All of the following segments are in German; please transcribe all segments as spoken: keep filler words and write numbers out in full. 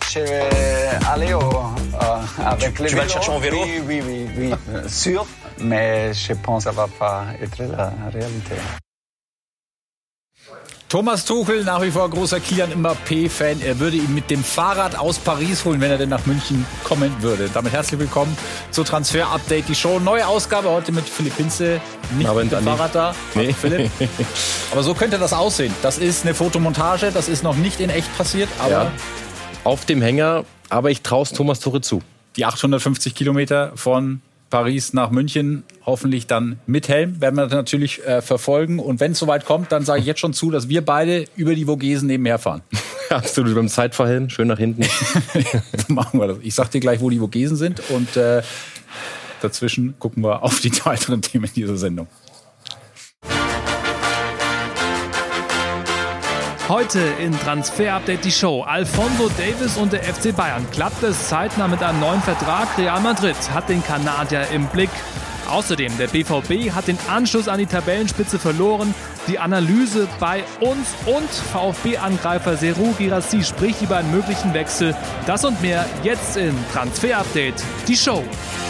vais aller au, euh, avec tu, le tu vas le chercher en vélo? Oui, oui, oui, oui, sûr, mais je pense, ça va pas être la réalité. Thomas Tuchel, nach wie vor großer Kylian Mbappé-Fan. Er würde ihn mit dem Fahrrad aus Paris holen, wenn er denn nach München kommen würde. Damit herzlich willkommen zu Transfer Update, die Show. Neue Ausgabe heute mit Philipp Hinze. Nicht aber mit dem Fahrrad da. Nee. Philipp. Aber so könnte das aussehen. Das ist eine Fotomontage, das ist noch nicht in echt passiert, aber ja. Auf dem Hänger. Aber ich traue es Thomas Tuchel zu. Die achthundertfünfzig Kilometer von Paris nach München, hoffentlich dann mit Helm, werden wir natürlich äh, verfolgen. Und wenn es soweit kommt, dann sage ich jetzt schon zu, dass wir beide über die Vogesen nebenher fahren. Absolut, beim Zeitverhelm, schön nach hinten. So machen wir das. Ich sag dir gleich, wo die Vogesen sind und äh, dazwischen gucken wir auf die weiteren Themen dieser Sendung. Heute in Transfer Update die Show. Alphonso Davies und der F C Bayern. Klappt es zeitnah mit einem neuen Vertrag? Real Madrid hat den Kanadier im Blick. Außerdem, der B V B hat den Anschluss an die Tabellenspitze verloren. Die Analyse bei uns und VfB-Angreifer Serhou Guirassy spricht über einen möglichen Wechsel. Das und mehr jetzt in Transfer Update die Show.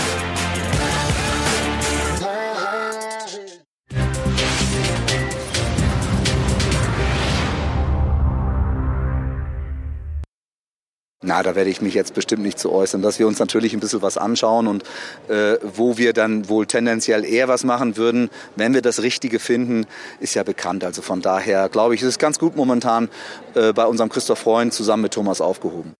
Na, da werde ich mich jetzt bestimmt nicht zu äußern, dass wir uns natürlich ein bisschen was anschauen und äh, wo wir dann wohl tendenziell eher was machen würden, wenn wir das Richtige finden, ist ja bekannt. Also von daher glaube ich, es ist ganz gut momentan äh, bei unserem Christoph Freund zusammen mit Thomas aufgehoben.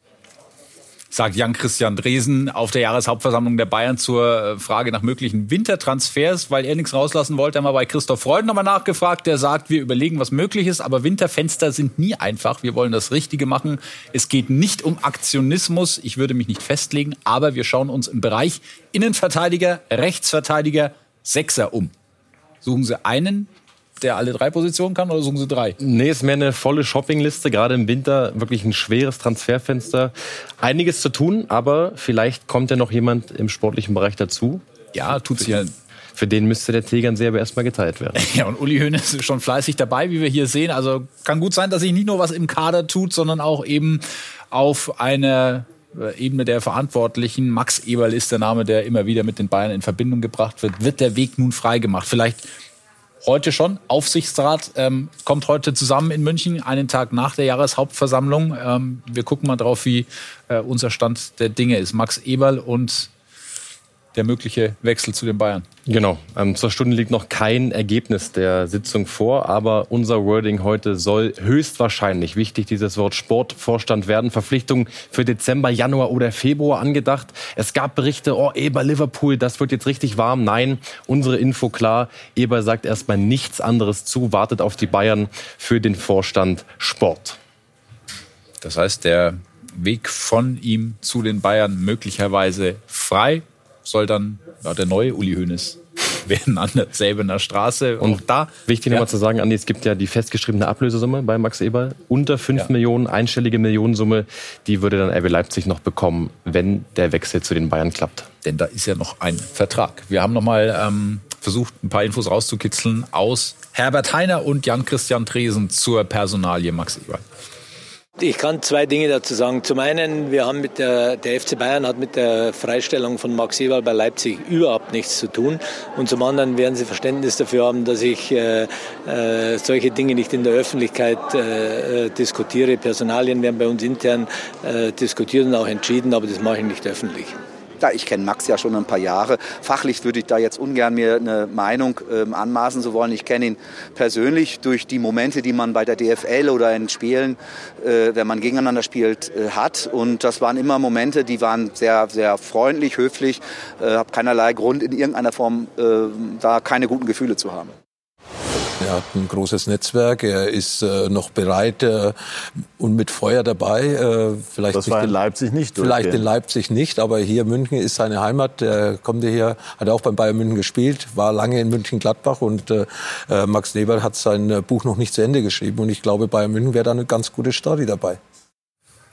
Sagt Jan-Christian Dresen auf der Jahreshauptversammlung der Bayern zur Frage nach möglichen Wintertransfers, weil er nichts rauslassen wollte. Haben wir bei Christoph Freund nochmal nachgefragt. Der sagt, wir überlegen, was möglich ist, aber Winterfenster sind nie einfach. Wir wollen das Richtige machen. Es geht nicht um Aktionismus. Ich würde mich nicht festlegen, aber wir schauen uns im Bereich Innenverteidiger, Rechtsverteidiger, Sechser um. Suchen Sie einen, der alle drei Positionen kann, oder suchen Sie drei? Nee, es ist mehr eine volle Shoppingliste, gerade im Winter wirklich ein schweres Transferfenster. Einiges zu tun, aber vielleicht kommt ja noch jemand im sportlichen Bereich dazu. Ja, tut's ja. Für den müsste der Tegernseer aber erstmal geteilt werden. Ja, und Uli Hoeneß ist schon fleißig dabei, wie wir hier sehen. Also kann gut sein, dass sich nicht nur was im Kader tut, sondern auch eben auf einer Ebene der Verantwortlichen. Max Eberl ist der Name, der immer wieder mit den Bayern in Verbindung gebracht wird. Wird der Weg nun freigemacht? Vielleicht heute schon. Aufsichtsrat ähm, kommt heute zusammen in München, einen Tag nach der Jahreshauptversammlung. Ähm, wir gucken mal drauf, wie äh, unser Stand der Dinge ist. Max Eberl und der mögliche Wechsel zu den Bayern. Genau. Ähm, zur Stunde liegt noch kein Ergebnis der Sitzung vor, aber unser Wording heute soll höchstwahrscheinlich, wichtig dieses Wort, Sportvorstand werden. Verpflichtungen für Dezember, Januar oder Februar angedacht. Es gab Berichte, oh, Eber, Liverpool, das wird jetzt richtig warm. Nein, unsere Info klar. Eber sagt erstmal nichts anderes zu, wartet auf die Bayern für den Vorstand Sport. Das heißt, der Weg von ihm zu den Bayern möglicherweise frei. Soll dann ja, der neue Uli Hoeneß werden an der Säbener Straße. Und auch da wichtig ja. nochmal zu sagen, Andi, es gibt ja die festgeschriebene Ablösesumme bei Max Eberl. Unter fünf ja. Millionen, einstellige Millionensumme, die würde dann R B Leipzig noch bekommen, wenn der Wechsel zu den Bayern klappt. Denn da ist ja noch ein Vertrag. Wir haben nochmal ähm, versucht, ein paar Infos rauszukitzeln aus Herbert Hainer und Jan-Christian Dresen zur Personalie Max Eberl. Ich kann zwei Dinge dazu sagen. Zum einen, wir haben mit der, der F C Bayern hat mit der Freistellung von Max Eberl bei Leipzig überhaupt nichts zu tun. Und zum anderen werden Sie Verständnis dafür haben, dass ich äh, äh, solche Dinge nicht in der Öffentlichkeit äh, diskutiere. Personalien werden bei uns intern äh, diskutiert und auch entschieden, aber das mache ich nicht öffentlich. Ja, ich kenne Max ja schon ein paar Jahre. Fachlich würde ich da jetzt ungern mir eine Meinung ähm, anmaßen zu wollen. Ich kenne ihn persönlich durch die Momente, die man bei der D F L oder in Spielen, äh, wenn man gegeneinander spielt, äh, hat. Und das waren immer Momente, die waren sehr, sehr freundlich, höflich. Ich äh, habe keinerlei Grund, in irgendeiner Form äh, da keine guten Gefühle zu haben. Er hat ein großes Netzwerk, er ist äh, noch bereit äh, und mit Feuer dabei. Äh, vielleicht das war in Leipzig nicht. Vielleicht durchgehen. in Leipzig nicht, aber hier München ist seine Heimat. Er kommt hier, hat auch beim Bayern München gespielt, war lange in München-Gladbach und äh, Max Eberl hat sein Buch noch nicht zu Ende geschrieben. Und ich glaube, Bayern München wäre da eine ganz gute Story dabei.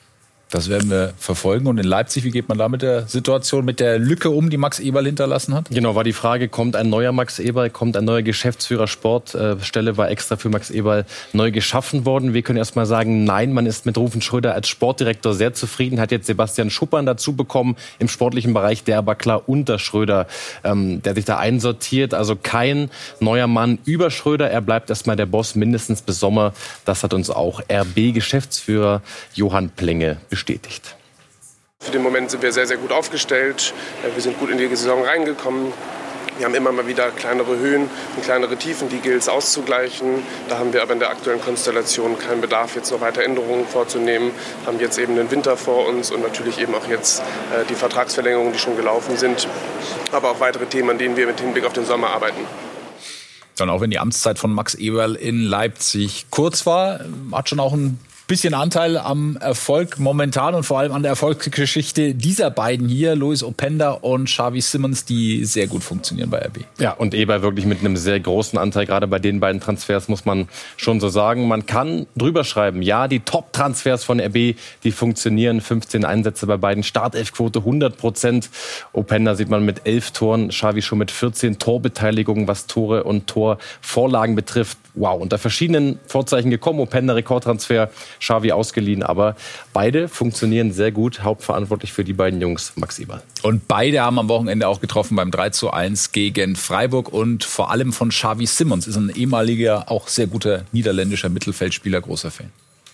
Das werden wir verfolgen. Und in Leipzig, wie geht man da mit der Situation, mit der Lücke um, die Max Eberl hinterlassen hat? Genau, war die Frage, kommt ein neuer Max Eberl, kommt ein neuer Geschäftsführer Sport? Äh, Stelle war extra für Max Eberl neu geschaffen worden. Wir können erst mal sagen, nein, man ist mit Rufen Schröder als Sportdirektor sehr zufrieden, hat jetzt Sebastian Schuppern dazu bekommen im sportlichen Bereich, der aber klar unter Schröder, ähm, der sich da einsortiert. Also kein neuer Mann über Schröder, er bleibt erstmal der Boss mindestens bis Sommer. Das hat uns auch R B-Geschäftsführer Johann Plenge bestätigt. Für den Moment sind wir sehr, sehr gut aufgestellt. Wir sind gut in die Saison reingekommen. Wir haben immer mal wieder kleinere Höhen und kleinere Tiefen, die gilt es auszugleichen. Da haben wir aber in der aktuellen Konstellation keinen Bedarf, jetzt noch weiter Änderungen vorzunehmen. Wir haben jetzt eben den Winter vor uns und natürlich eben auch jetzt äh, die Vertragsverlängerungen, die schon gelaufen sind. Aber auch weitere Themen, an denen wir mit Hinblick auf den Sommer arbeiten. Dann auch wenn die Amtszeit von Max Eberl in Leipzig kurz war, hat schon auch ein bisschen Anteil am Erfolg momentan und vor allem an der Erfolgsgeschichte dieser beiden hier, Lois Openda und Xavi Simons, die sehr gut funktionieren bei R B. Ja, und Eberl wirklich mit einem sehr großen Anteil, gerade bei den beiden Transfers, muss man schon so sagen. Man kann drüber schreiben, ja, die Top-Transfers von R B, die funktionieren. fünfzehn Einsätze bei beiden, Startelfquote hundert Prozent. Openda sieht man mit elf Toren, Xavi schon mit vierzehn Torbeteiligungen, was Tore und Torvorlagen betrifft. Wow, unter verschiedenen Vorzeichen gekommen. Openda Rekordtransfer, Xavi ausgeliehen, aber beide funktionieren sehr gut. Hauptverantwortlich für die beiden Jungs, Max Eberl. Und beide haben am Wochenende auch getroffen beim drei zu eins gegen Freiburg und vor allem von Xavi Simons, ist ein ehemaliger, auch sehr guter niederländischer Mittelfeldspieler, großer Fan.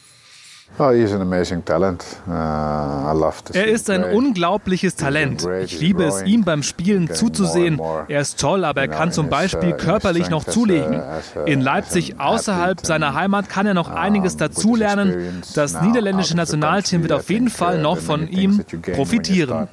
Oh, he's an amazing talent. Uh, I love to see er ist ein play. unglaubliches Talent. Ich liebe es, ihm beim Spielen zuzusehen. Er ist toll, aber er kann zum Beispiel körperlich noch zulegen. In Leipzig außerhalb seiner Heimat kann er noch einiges dazulernen. Das niederländische Nationalteam wird auf jeden Fall noch von ihm profitieren,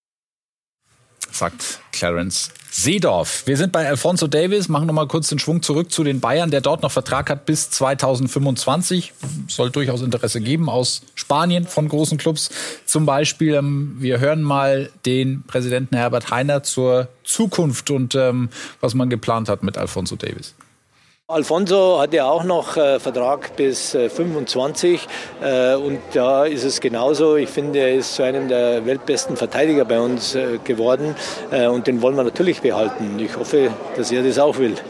sagt Clarence Seedorf. Wir sind bei Alphonso Davies, machen noch mal kurz den Schwung zurück zu den Bayern, der dort noch Vertrag hat bis zweitausendfünfundzwanzig. Soll durchaus Interesse geben aus Spanien von großen Clubs. Zum Beispiel, ähm, wir hören mal den Präsidenten Herbert Hainer zur Zukunft und ähm, was man geplant hat mit Alphonso Davies. Alphonso hat ja auch noch äh, Vertrag bis äh, fünfundzwanzig äh, und da ist es genauso. Ich finde, er ist zu einem der weltbesten Verteidiger bei uns äh, geworden äh, und den wollen wir natürlich behalten. Ich hoffe, dass er das auch will.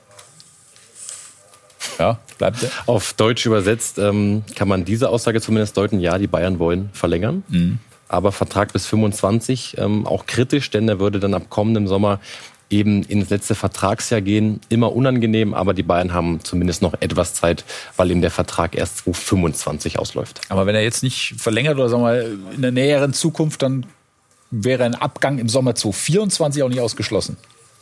Ja, bleibt er. Auf Deutsch übersetzt ähm, kann man diese Aussage zumindest deuten, ja, die Bayern wollen verlängern. Mhm. Aber Vertrag bis fünfundzwanzig, ähm, auch kritisch, denn er würde dann ab kommendem Sommer eben ins letzte Vertragsjahr gehen. Immer unangenehm, aber die Bayern haben zumindest noch etwas Zeit, weil ihm der Vertrag erst zweitausendfünfundzwanzig ausläuft. Aber wenn er jetzt nicht verlängert oder sagen wir mal in der näheren Zukunft, dann wäre ein Abgang im Sommer zweitausendvierundzwanzig auch nicht ausgeschlossen.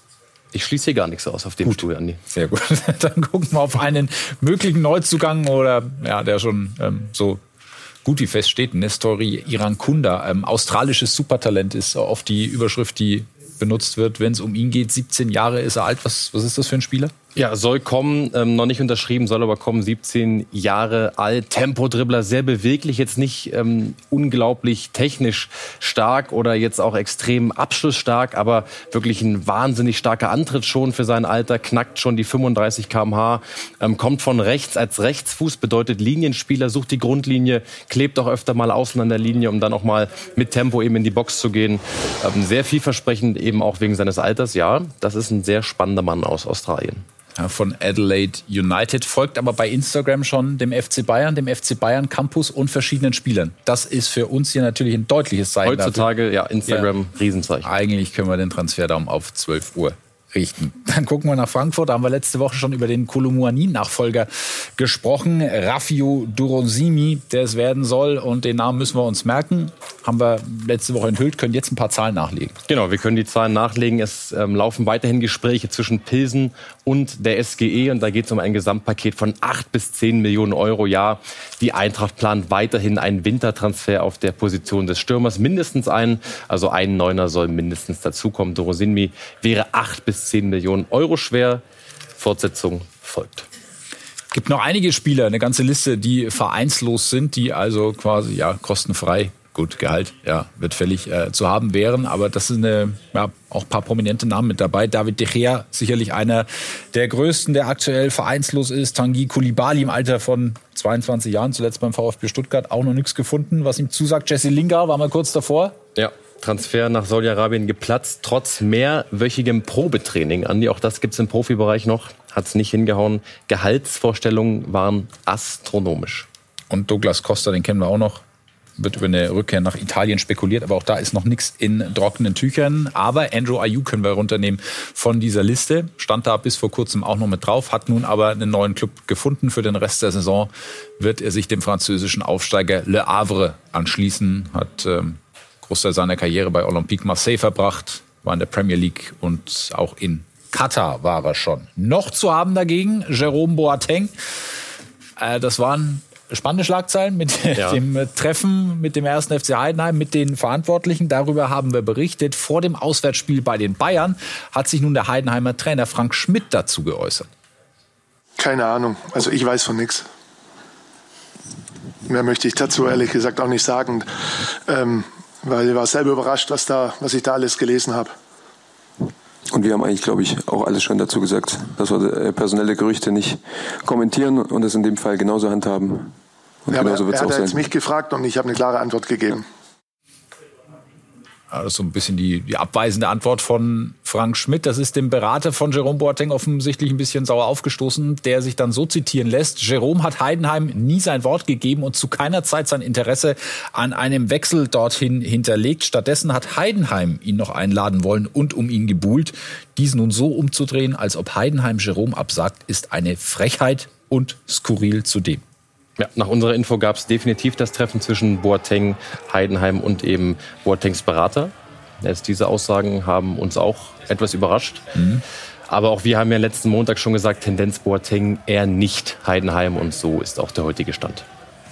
Ich schließe hier gar nichts aus auf dem gut. Stuhl, Andi. Sehr gut. Dann gucken wir auf einen möglichen Neuzugang oder ja, der schon ähm, so gut wie feststeht. Nestori Irankunda, ähm, australisches Supertalent ist oft die Überschrift, die benutzt wird, wenn es um ihn geht. siebzehn Jahre ist er alt. Was, was ist das für ein Spieler? Ja, soll kommen, ähm, noch nicht unterschrieben, soll aber kommen, siebzehn Jahre alt, Tempodribbler, sehr beweglich, jetzt nicht ähm, unglaublich technisch stark oder jetzt auch extrem abschlussstark, aber wirklich ein wahnsinnig starker Antritt schon für sein Alter, knackt schon die fünfunddreißig Kilometer pro Stunde, ähm, kommt von rechts als Rechtsfuß, bedeutet Linienspieler, sucht die Grundlinie, klebt auch öfter mal außen an der Linie, um dann auch mal mit Tempo eben in die Box zu gehen. Ähm, sehr vielversprechend, eben auch wegen seines Alters, ja, das ist ein sehr spannender Mann aus Australien. Von Adelaide United, folgt aber bei Instagram schon dem F C Bayern, dem F C Bayern Campus und verschiedenen Spielern. Das ist für uns hier natürlich ein deutliches Zeichen. Heutzutage, dafür. ja, Instagram, ja. Riesenzeichen. Eigentlich können wir den Transferdaumen auf zwölf Uhr richten. Dann gucken wir nach Frankfurt. Da haben wir letzte Woche schon über den Kolo-Muani-Nachfolger gesprochen. Raffio Durosimi, der es werden soll. Und den Namen müssen wir uns merken. Haben wir letzte Woche enthüllt, können jetzt ein paar Zahlen nachlegen. Genau, wir können die Zahlen nachlegen. Es ähm, laufen weiterhin Gespräche zwischen Pilsen und der S G E. Und da geht es um ein Gesamtpaket von acht bis zehn Millionen Euro. Ja, die Eintracht plant weiterhin einen Wintertransfer auf der Position des Stürmers. Mindestens einen, also ein Neuner soll mindestens dazukommen. Durosimi wäre acht bis zehn Millionen Euro schwer. Fortsetzung folgt. Es gibt noch einige Spieler, eine ganze Liste, die vereinslos sind, die also quasi ja kostenfrei gut, Gehalt, ja, wird fällig äh, zu haben wären. Aber das sind eine, ja, auch ein paar prominente Namen mit dabei. David de Gea, sicherlich einer der größten, der aktuell vereinslos ist. Tanguy Coulibaly im Alter von zweiundzwanzig Jahren, zuletzt beim VfB Stuttgart, auch noch nichts gefunden, was ihm zusagt. Jesse Lingard war mal kurz davor. Ja. Transfer nach Saudi-Arabien geplatzt, trotz mehrwöchigem Probetraining. Andi, auch das gibt's im Profibereich noch, hat's nicht hingehauen. Gehaltsvorstellungen waren astronomisch. Und Douglas Costa, den kennen wir auch noch, wird über eine Rückkehr nach Italien spekuliert, aber auch da ist noch nichts in trockenen Tüchern. Aber Andrew Ayew können wir runternehmen von dieser Liste, stand da bis vor kurzem auch noch mit drauf, hat nun aber einen neuen Club gefunden. Für den Rest der Saison wird er sich dem französischen Aufsteiger Le Havre anschließen, hat ähm, Großteil seiner Karriere bei Olympique Marseille verbracht, war in der Premier League und auch in Katar war er schon. Noch zu haben dagegen Jerome Boateng. Äh, das waren spannende Schlagzeilen mit ja. dem Treffen mit dem ersten F C Heidenheim, mit den Verantwortlichen. Darüber haben wir berichtet. Vor dem Auswärtsspiel bei den Bayern hat sich nun der Heidenheimer Trainer Frank Schmidt dazu geäußert. Keine Ahnung. Also ich weiß von nichts. Mehr möchte ich dazu ehrlich gesagt auch nicht sagen. Ähm, Weil ich war selber überrascht, was, da, was ich da alles gelesen habe. Und wir haben eigentlich, glaube ich, auch alles schon dazu gesagt, dass wir personelle Gerüchte nicht kommentieren und es in dem Fall genauso handhaben. Und ja, genauso aber er wird's hat auch jetzt sein. mich gefragt und ich habe eine klare Antwort gegeben. Das ist so ein bisschen die, die abweisende Antwort von Frank Schmidt. Das ist dem Berater von Jerome Boateng offensichtlich ein bisschen sauer aufgestoßen, der sich dann so zitieren lässt: Jerome hat Heidenheim nie sein Wort gegeben und zu keiner Zeit sein Interesse an einem Wechsel dorthin hinterlegt. Stattdessen hat Heidenheim ihn noch einladen wollen und um ihn gebuhlt. Dies nun so umzudrehen, als ob Heidenheim Jerome absagt, ist eine Frechheit und skurril zudem. Ja, nach unserer Info gab es definitiv das Treffen zwischen Boateng, Heidenheim und eben Boatengs Berater. Jetzt diese Aussagen haben uns auch etwas überrascht. Mhm. Aber auch wir haben ja letzten Montag schon gesagt, Tendenz Boateng eher nicht Heidenheim. Und so ist auch der heutige Stand.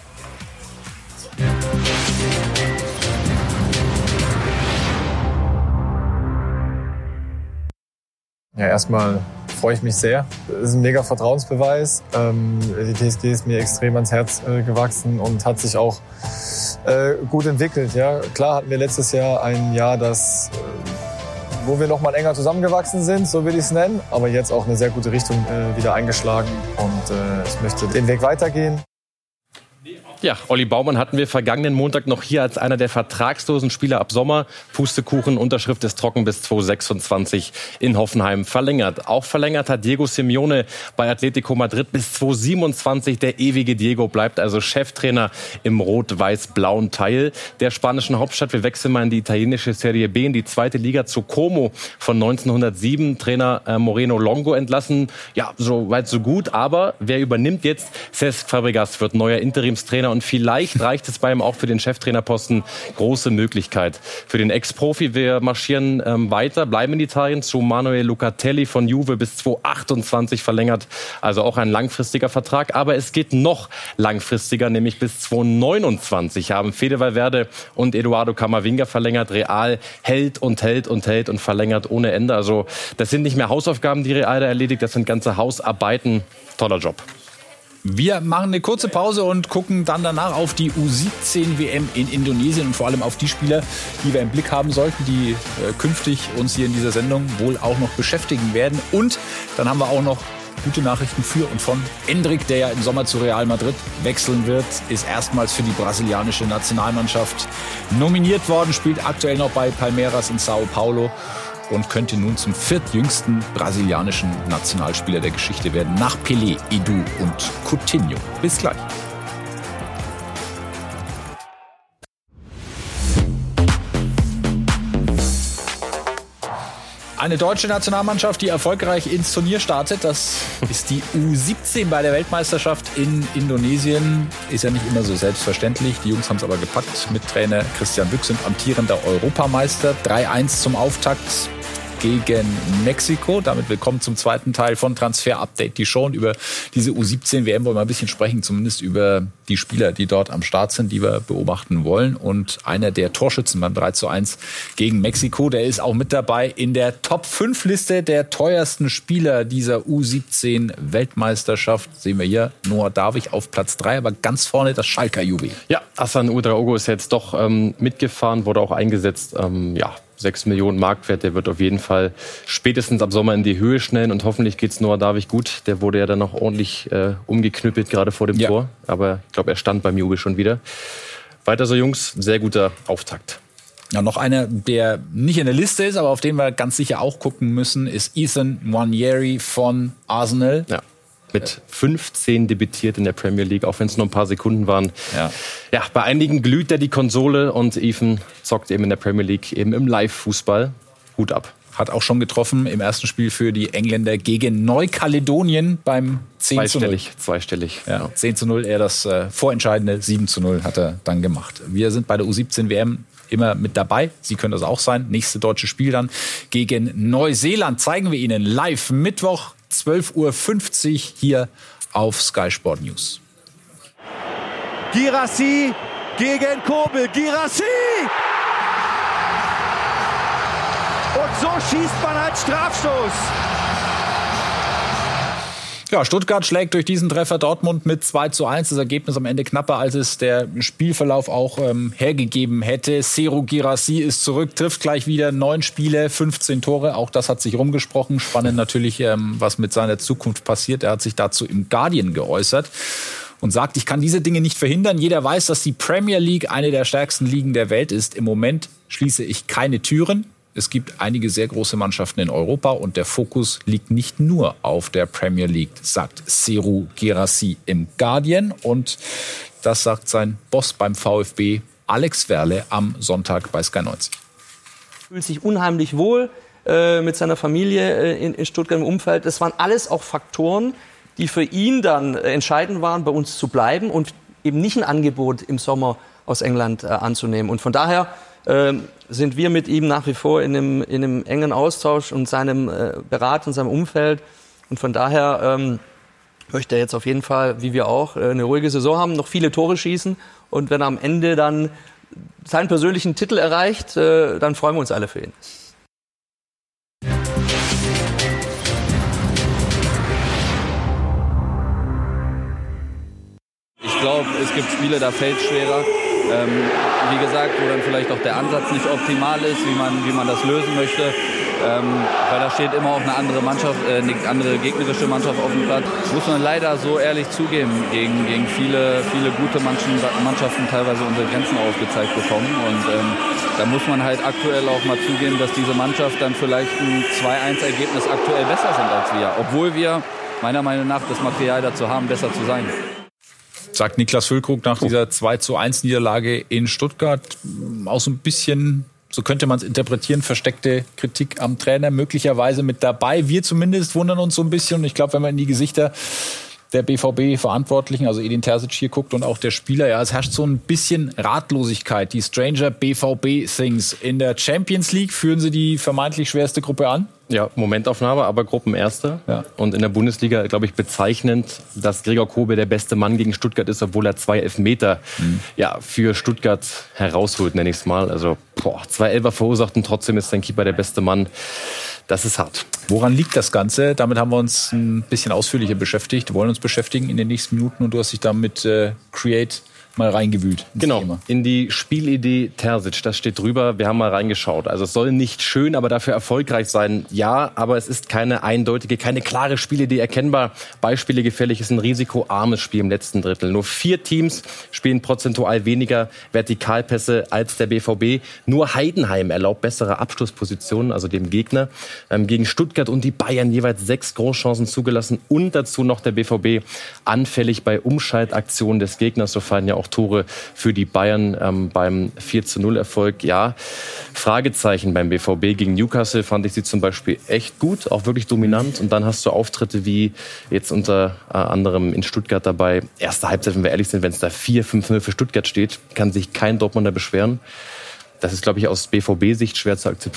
Ja, erstmal freue ich mich sehr. Es ist ein mega Vertrauensbeweis. Ähm, die T S G ist mir extrem ans Herz äh, gewachsen und hat sich auch äh, gut entwickelt. Ja, klar hatten wir letztes Jahr ein Jahr, das, äh, wo wir noch mal enger zusammengewachsen sind, so will ich es nennen. Aber jetzt auch eine sehr gute Richtung äh, wieder eingeschlagen und äh, ich möchte den Weg weitergehen. Ja, Olli Baumann hatten wir vergangenen Montag noch hier als einer der vertragslosen Spieler ab Sommer. Pustekuchen, Unterschrift ist trocken bis zweitausendsechsundzwanzig in Hoffenheim verlängert. Auch verlängert hat Diego Simeone bei Atletico Madrid bis zweitausendsiebenundzwanzig. Der ewige Diego bleibt also Cheftrainer im rot-weiß-blauen Teil der spanischen Hauptstadt. Wir wechseln mal in die italienische Serie B, in die zweite Liga zu Como von neunzehnhundertsieben. Trainer äh, Moreno Longo entlassen. Ja, so weit, so gut. Aber wer übernimmt jetzt? Cesc Fabregas wird neuer Interimstrainer. Und vielleicht reicht es bei ihm auch für den Cheftrainerposten. Große Möglichkeit für den Ex-Profi. Wir marschieren ähm, weiter, bleiben in Italien zu Manuel Locatelli von Juve bis zweitausendachtundzwanzig verlängert. Also auch ein langfristiger Vertrag. Aber es geht noch langfristiger, nämlich bis zweitausendneunundzwanzig haben Fede Valverde und Eduardo Camavinga verlängert. Real hält und hält und hält und verlängert ohne Ende. Also das sind nicht mehr Hausaufgaben, die Real da erledigt. Das sind ganze Hausarbeiten. Toller Job. Wir machen eine kurze Pause und gucken dann danach auf die U siebzehn W M in Indonesien und vor allem auf die Spieler, die wir im Blick haben sollten, die äh, künftig uns hier in dieser Sendung wohl auch noch beschäftigen werden. Und dann haben wir auch noch gute Nachrichten für und von Endrick, der ja im Sommer zu Real Madrid wechseln wird, ist erstmals für die brasilianische Nationalmannschaft nominiert worden, spielt aktuell noch bei Palmeiras in Sao Paulo und könnte nun zum viertjüngsten brasilianischen Nationalspieler der Geschichte werden, nach Pelé, Edu und Coutinho. Bis gleich. Eine deutsche Nationalmannschaft, die erfolgreich ins Turnier startet, das ist die U siebzehn bei der Weltmeisterschaft in Indonesien. Ist ja nicht immer so selbstverständlich. Die Jungs haben es aber gepackt mit Trainer Christian Büchs, sind amtierender Europameister. drei eins zum Auftakt gegen Mexiko. Damit willkommen zum zweiten Teil von Transfer Update, die Show. Und über diese U siebzehn W M wollen wir ein bisschen sprechen, zumindest über die Spieler, die dort am Start sind, die wir beobachten wollen. Und einer der Torschützen beim drei zu eins gegen Mexiko, der ist auch mit dabei in der Top fünf Liste der teuersten Spieler dieser U siebzehn Weltmeisterschaft. Sehen wir hier Noah Davich auf Platz drei, aber ganz vorne das Schalker Juwel. Ja, Hassan Ouedraogo ist jetzt doch ähm, mitgefahren, wurde auch eingesetzt. Ähm, ja, sechs Millionen Marktwert, der wird auf jeden Fall spätestens ab Sommer in die Höhe schnellen und hoffentlich geht's Noah Davich gut. Der wurde ja dann noch ordentlich äh, umgeknüppelt, gerade vor dem ja. Tor. Aber ich glaube, er stand beim Jubel schon wieder. Weiter so, Jungs, sehr guter Auftakt. Ja, noch einer, der nicht in der Liste ist, aber auf den wir ganz sicher auch gucken müssen, ist Ethan Nwaneri von Arsenal. Ja. Mit fünfzehn debütiert in der Premier League, auch wenn es nur ein paar Sekunden waren. Ja. ja, bei einigen glüht er die Konsole und Ethan zockt eben in der Premier League, eben im Live-Fußball. Hut ab. Hat auch schon getroffen im ersten Spiel für die Engländer gegen Neukaledonien beim zehn zu null. Zweistellig, zweistellig. Ja, ja. zehn zu null, eher das äh, vorentscheidende sieben zu null hat er dann gemacht. Wir sind bei der U siebzehn W M immer mit dabei. Sie können das auch sein. Nächste deutsche Spiel dann gegen Neuseeland. Zeigen wir Ihnen live Mittwoch zwölf Uhr fünfzig hier auf Sky Sport News. Guirassy gegen Kobel. Guirassy! Und so schießt man als Strafstoß. Ja, Stuttgart schlägt durch diesen Treffer Dortmund mit zwei zu eins. Das Ergebnis am Ende knapper, als es der Spielverlauf auch ähm, hergegeben hätte. Serhou Guirassy ist zurück, trifft gleich wieder neun Spiele, fünfzehn Tore. Auch das hat sich rumgesprochen. Spannend natürlich, ähm, was mit seiner Zukunft passiert. Er hat sich dazu im Guardian geäußert und sagt, ich kann diese Dinge nicht verhindern. Jeder weiß, dass die Premier League eine der stärksten Ligen der Welt ist. Im Moment schließe ich keine Türen. Es gibt einige sehr große Mannschaften in Europa und der Fokus liegt nicht nur auf der Premier League, sagt Serhou Guirassy im Guardian. Und das sagt sein Boss beim VfB, Alex Werle, am Sonntag bei Sky neunzig. Er fühlt sich unheimlich wohl äh, mit seiner Familie äh, in, in Stuttgart im Umfeld. Das waren alles auch Faktoren, die für ihn dann äh, entscheidend waren, bei uns zu bleiben und eben nicht ein Angebot im Sommer aus England äh, anzunehmen. Und von daher ähm, sind wir mit ihm nach wie vor in einem, in einem engen Austausch und seinem äh, Berat und seinem Umfeld. Und von daher ähm, möchte er jetzt auf jeden Fall, wie wir auch, äh, eine ruhige Saison haben, noch viele Tore schießen. Und wenn er am Ende dann seinen persönlichen Titel erreicht, äh, dann freuen wir uns alle für ihn. Ich glaube, es gibt Spiele, da fällt es schwerer. Ähm, wie gesagt, wo dann vielleicht auch der Ansatz nicht optimal ist, wie man, wie man das lösen möchte. Ähm, weil da steht immer auch eine andere Mannschaft, äh, eine andere gegnerische Mannschaft auf dem Platz. Muss man leider so ehrlich zugeben, gegen, gegen viele, viele gute Mannschaften teilweise unsere Grenzen aufgezeigt bekommen. Und ähm, da muss man halt aktuell auch mal zugeben, dass diese Mannschaft dann vielleicht ein zwei eins Ergebnis aktuell besser sind als wir. Obwohl wir meiner Meinung nach das Material dazu haben, besser zu sein. Sagt Niklas Füllkrug nach dieser zwei zu eins Niederlage in Stuttgart. Auch so ein bisschen, so könnte man es interpretieren, versteckte Kritik am Trainer möglicherweise mit dabei. Wir zumindest wundern uns so ein bisschen. Und ich glaube, wenn man in die Gesichter der B V B-Verantwortlichen, also Edin Terzic hier guckt und auch der Spieler, ja, es herrscht so ein bisschen Ratlosigkeit. Die Stranger B V B-Things. In der Champions League führen sie die vermeintlich schwerste Gruppe an. Ja, Momentaufnahme, aber Gruppenerster. Ja. Und in der Bundesliga, glaube ich, bezeichnend, dass Gregor Kobel der beste Mann gegen Stuttgart ist, obwohl er zwei Elfmeter mhm. ja, für Stuttgart herausholt, nenne ich es mal. Also boah, zwei Elfer verursacht und trotzdem ist sein Keeper der beste Mann. Das ist hart. Woran liegt das Ganze? Damit haben wir uns ein bisschen ausführlicher beschäftigt. Wir wollen uns beschäftigen in den nächsten Minuten und du hast dich da mit äh, Create mal reingewühlt. Genau, Thema. In die Spielidee Terzic, das steht drüber, wir haben mal reingeschaut. Also es soll nicht schön, aber dafür erfolgreich sein, ja, aber es ist keine eindeutige, keine klare Spielidee erkennbar. Beispiele gefährlich ist ein risikoarmes Spiel im letzten Drittel. Nur vier Teams spielen prozentual weniger Vertikalpässe als der B V B. Nur Heidenheim erlaubt bessere Abschlusspositionen, also dem Gegner. Ähm, gegen Stuttgart und die Bayern jeweils sechs Großchancen zugelassen und dazu noch der B V B anfällig bei Umschaltaktionen des Gegners, so fallen ja auch Tore für die Bayern ähm, beim vier zu null Erfolg. Ja, Fragezeichen beim B V B. Gegen Newcastle fand ich sie zum Beispiel echt gut, auch wirklich dominant. Und dann hast du Auftritte wie jetzt unter äh, anderem in Stuttgart dabei. Erste Halbzeit, wenn wir ehrlich sind, wenn es da vier fünf null für Stuttgart steht, kann sich kein Dortmunder beschweren. Das ist, glaube ich, aus B V B-Sicht schwer zu akzeptieren.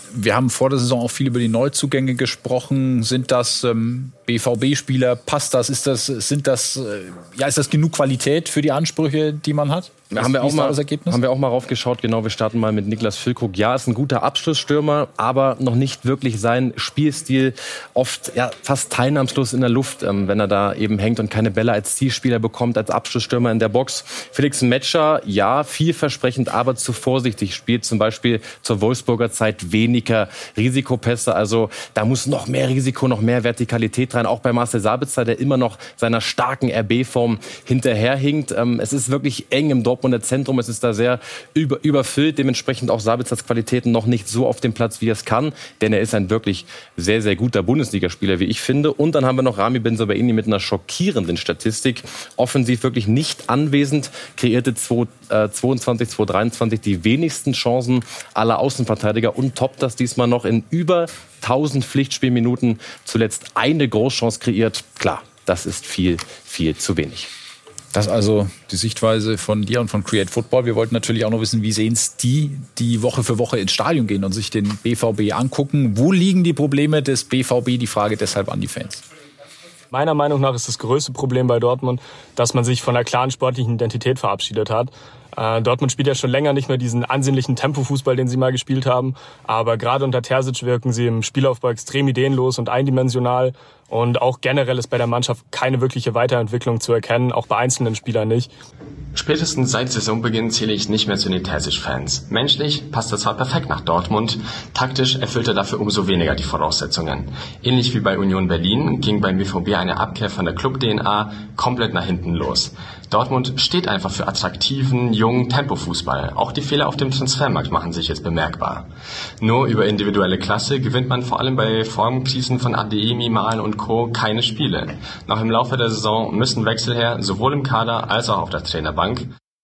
Wir haben vor der Saison auch viel über die Neuzugänge gesprochen. Sind das ähm, B V B-Spieler? Passt das? Ist das, sind das, äh, ja, ist das genug Qualität für die Ansprüche, die man hat? Was, haben wir auch mal, das Ergebnis? Haben wir auch mal raufgeschaut. Genau, wir starten mal mit Niklas Füllkrug. Ja, ist ein guter Abschlussstürmer, aber noch nicht wirklich sein Spielstil. Oft ja fast teilnahmslos in der Luft, ähm, wenn er da eben hängt und keine Bälle als Zielspieler bekommt, als Abschlussstürmer in der Box. Felix Metscher, ja, vielversprechend, aber zu vorsichtig. Spielt zum Beispiel zur Wolfsburger Zeit weniger Risikopässe. Also da muss noch mehr Risiko, noch mehr Vertikalität rein. Auch bei Marcel Sabitzer, der immer noch seiner starken R B-Form hinterherhinkt. Ähm, es ist wirklich eng im Dortmunder Zentrum. Es ist da sehr über, überfüllt. Dementsprechend auch Sabitzers Qualitäten noch nicht so auf dem Platz, wie er es kann. Denn er ist ein wirklich sehr, sehr guter Bundesligaspieler, wie ich finde. Und dann haben wir noch Rami Bensebaini mit einer schockierenden Statistik. Offensiv wirklich nicht anwesend. Kreierte zweiundzwanzig, zweihundertdreiundzwanzig die wenigsten Chancen aller Außenverteidiger und toppt das diesmal noch in über tausend Pflichtspielminuten. Zuletzt eine Großchance kreiert. Klar, das ist viel, viel zu wenig. Das ist also die Sichtweise von dir und von Create Football. Wir wollten natürlich auch noch wissen, wie sehen es die, die Woche für Woche ins Stadion gehen und sich den B V B angucken. Wo liegen die Probleme des B V B? Die Frage deshalb an die Fans. Meiner Meinung nach ist das größte Problem bei Dortmund, dass man sich von einer klaren sportlichen Identität verabschiedet hat. Äh, Dortmund spielt ja schon länger nicht mehr diesen ansehnlichen Tempofußball, den sie mal gespielt haben. Aber gerade unter Terzic wirken sie im Spielaufbau extrem ideenlos und eindimensional. Und auch generell ist bei der Mannschaft keine wirkliche Weiterentwicklung zu erkennen, auch bei einzelnen Spielern nicht. Spätestens seit Saisonbeginn zähle ich nicht mehr zu den Terzic-Fans. Menschlich passt er zwar perfekt nach Dortmund, taktisch erfüllt er dafür umso weniger die Voraussetzungen. Ähnlich wie bei Union Berlin ging beim B V B eine Abkehr von der Club-D N A komplett nach hinten los. Dortmund steht einfach für attraktiven, jungen Tempofußball. Auch die Fehler auf dem Transfermarkt machen sich jetzt bemerkbar. Nur über individuelle Klasse gewinnt man vor allem bei Formkrisen von Adeyemi, Malen und Co. keine Spiele. Noch im Laufe der Saison müssen Wechsel her, sowohl im Kader als auch auf der Trainerbank.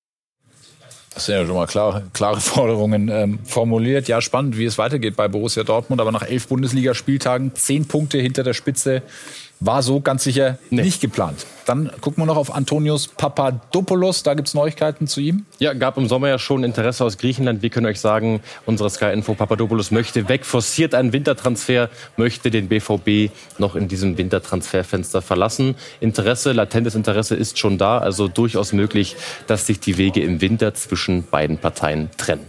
Das sind ja schon mal klare, klare Forderungen ähm, formuliert. Ja, spannend, wie es weitergeht bei Borussia Dortmund. Aber nach elf Bundesligaspieltagen, zehn Punkte hinter der Spitze, war so ganz sicher nee. nicht geplant. Dann gucken wir noch auf Antonios Papadopoulos. Da gibt es Neuigkeiten zu ihm. Ja, gab im Sommer ja schon Interesse aus Griechenland. Wir können euch sagen, unsere Sky Info, Papadopoulos möchte weg, forciert einen Wintertransfer, möchte den B V B noch in diesem Wintertransferfenster verlassen. Interesse, latentes Interesse ist schon da. Also durchaus möglich, dass sich die Wege im Winter zwischen beiden Parteien trennen.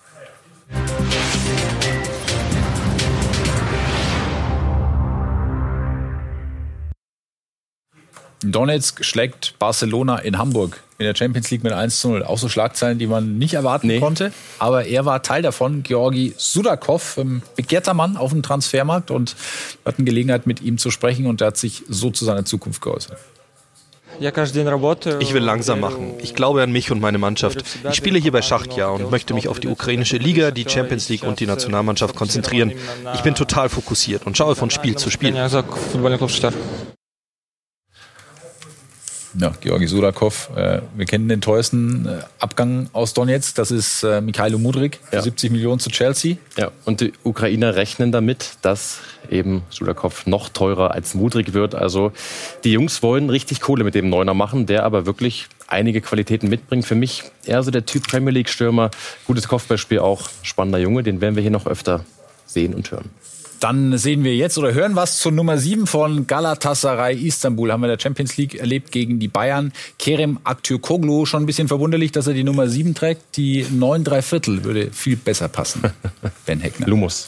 Donetsk schlägt Barcelona in Hamburg in der Champions League mit eins zu null. Auch so Schlagzeilen, die man nicht erwarten nee. konnte. Aber er war Teil davon. Georgi Sudakov, ein begehrter Mann auf dem Transfermarkt. Und wir hatten Gelegenheit, mit ihm zu sprechen. Und er hat sich so zu seiner Zukunft geäußert. Ich will langsam machen. Ich glaube an mich und meine Mannschaft. Ich spiele hier bei Schachtja und möchte mich auf die ukrainische Liga, die Champions League und die Nationalmannschaft konzentrieren. Ich bin total fokussiert und schaue von Spiel zu Spiel. Ja, Georgi Sudakov, äh, wir kennen den teuersten äh, Abgang aus Donetsk, das ist äh, Mikhailo Mudryk, für ja. siebzig Millionen zu Chelsea. Ja, und die Ukrainer rechnen damit, dass eben Sudakov noch teurer als Mudryk wird. Also die Jungs wollen richtig Kohle mit dem Neuner machen, der aber wirklich einige Qualitäten mitbringt. Für mich eher so der Typ Premier League-Stürmer, gutes Kopfballspiel auch, spannender Junge, den werden wir hier noch öfter sehen und hören. Dann sehen wir jetzt oder hören was zur Nummer sieben von Galatasaray Istanbul. Haben wir in der Champions League erlebt gegen die Bayern. Kerem Aktürkoğlu, schon ein bisschen verwunderlich, dass er die Nummer sieben trägt. Die neun drei Viertel würde viel besser passen. Ben Heckner. Lumos.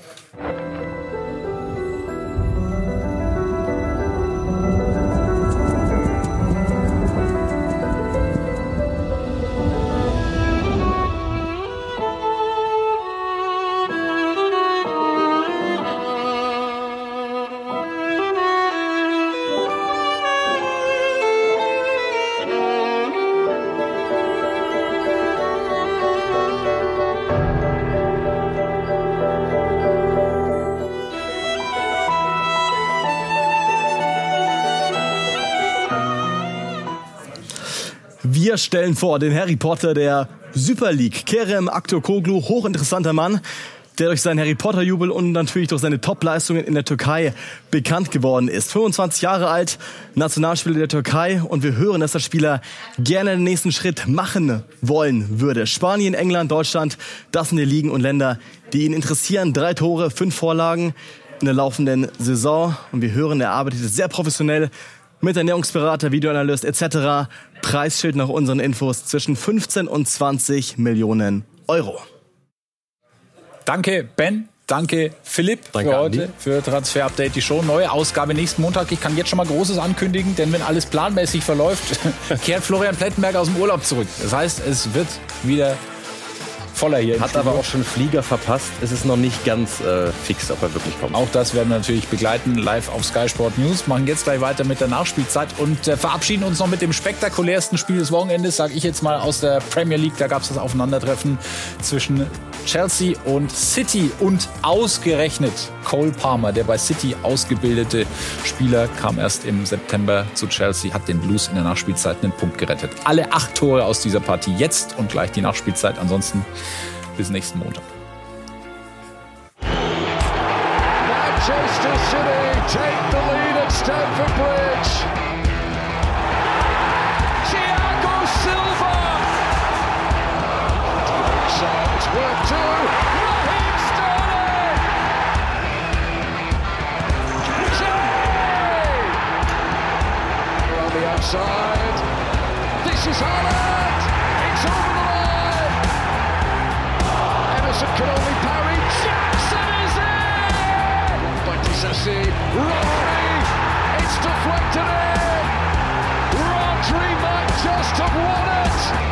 Wir stellen vor den Harry Potter der Super League. Kerem Aktürkoğlu, hochinteressanter Mann, der durch seinen Harry Potter-Jubel und natürlich durch seine Top-Leistungen in der Türkei bekannt geworden ist. fünfundzwanzig Jahre alt, Nationalspieler der Türkei, und wir hören, dass der Spieler gerne den nächsten Schritt machen wollen würde. Spanien, England, Deutschland, das sind die Ligen und Länder, die ihn interessieren. Drei Tore, fünf Vorlagen in der laufenden Saison. Und wir hören, er arbeitet sehr professionell mit Ernährungsberater, Videoanalyst et cetera. Preisschild nach unseren Infos zwischen fünfzehn und zwanzig Millionen Euro. Danke, Ben. Danke, Philipp, Danke, für heute, Andi. für Transfer Update, die Show. Neue Ausgabe nächsten Montag. Ich kann jetzt schon mal Großes ankündigen, denn wenn alles planmäßig verläuft, kehrt Florian Plettenberg aus dem Urlaub zurück. Das heißt, es wird wieder voller hier. Hat aber auch schon Flieger verpasst. Es ist noch nicht ganz äh, fix, ob er wirklich kommt. Auch das werden wir natürlich begleiten, live auf Sky Sport News. Machen jetzt gleich weiter mit der Nachspielzeit und äh, verabschieden uns noch mit dem spektakulärsten Spiel des Wochenendes, sage ich jetzt mal, aus der Premier League. Da gab es das Aufeinandertreffen zwischen Chelsea und City und ausgerechnet Cole Palmer, der bei City ausgebildete Spieler, kam erst im September zu Chelsea, hat den Blues in der Nachspielzeit einen Punkt gerettet. Alle acht Tore aus dieser Partie jetzt und gleich die Nachspielzeit. Ansonsten bis nächsten Montag. Manchester City take the lead at Stamford Bridge. Thiago Silva. It's worth two. Raheem Sterling. Jay. On the outside. This is Haaland. It's over the line. Emerson can only parry. Jackson is in. By Disasi. Rodri. It's deflected in. Rodri might just have won it.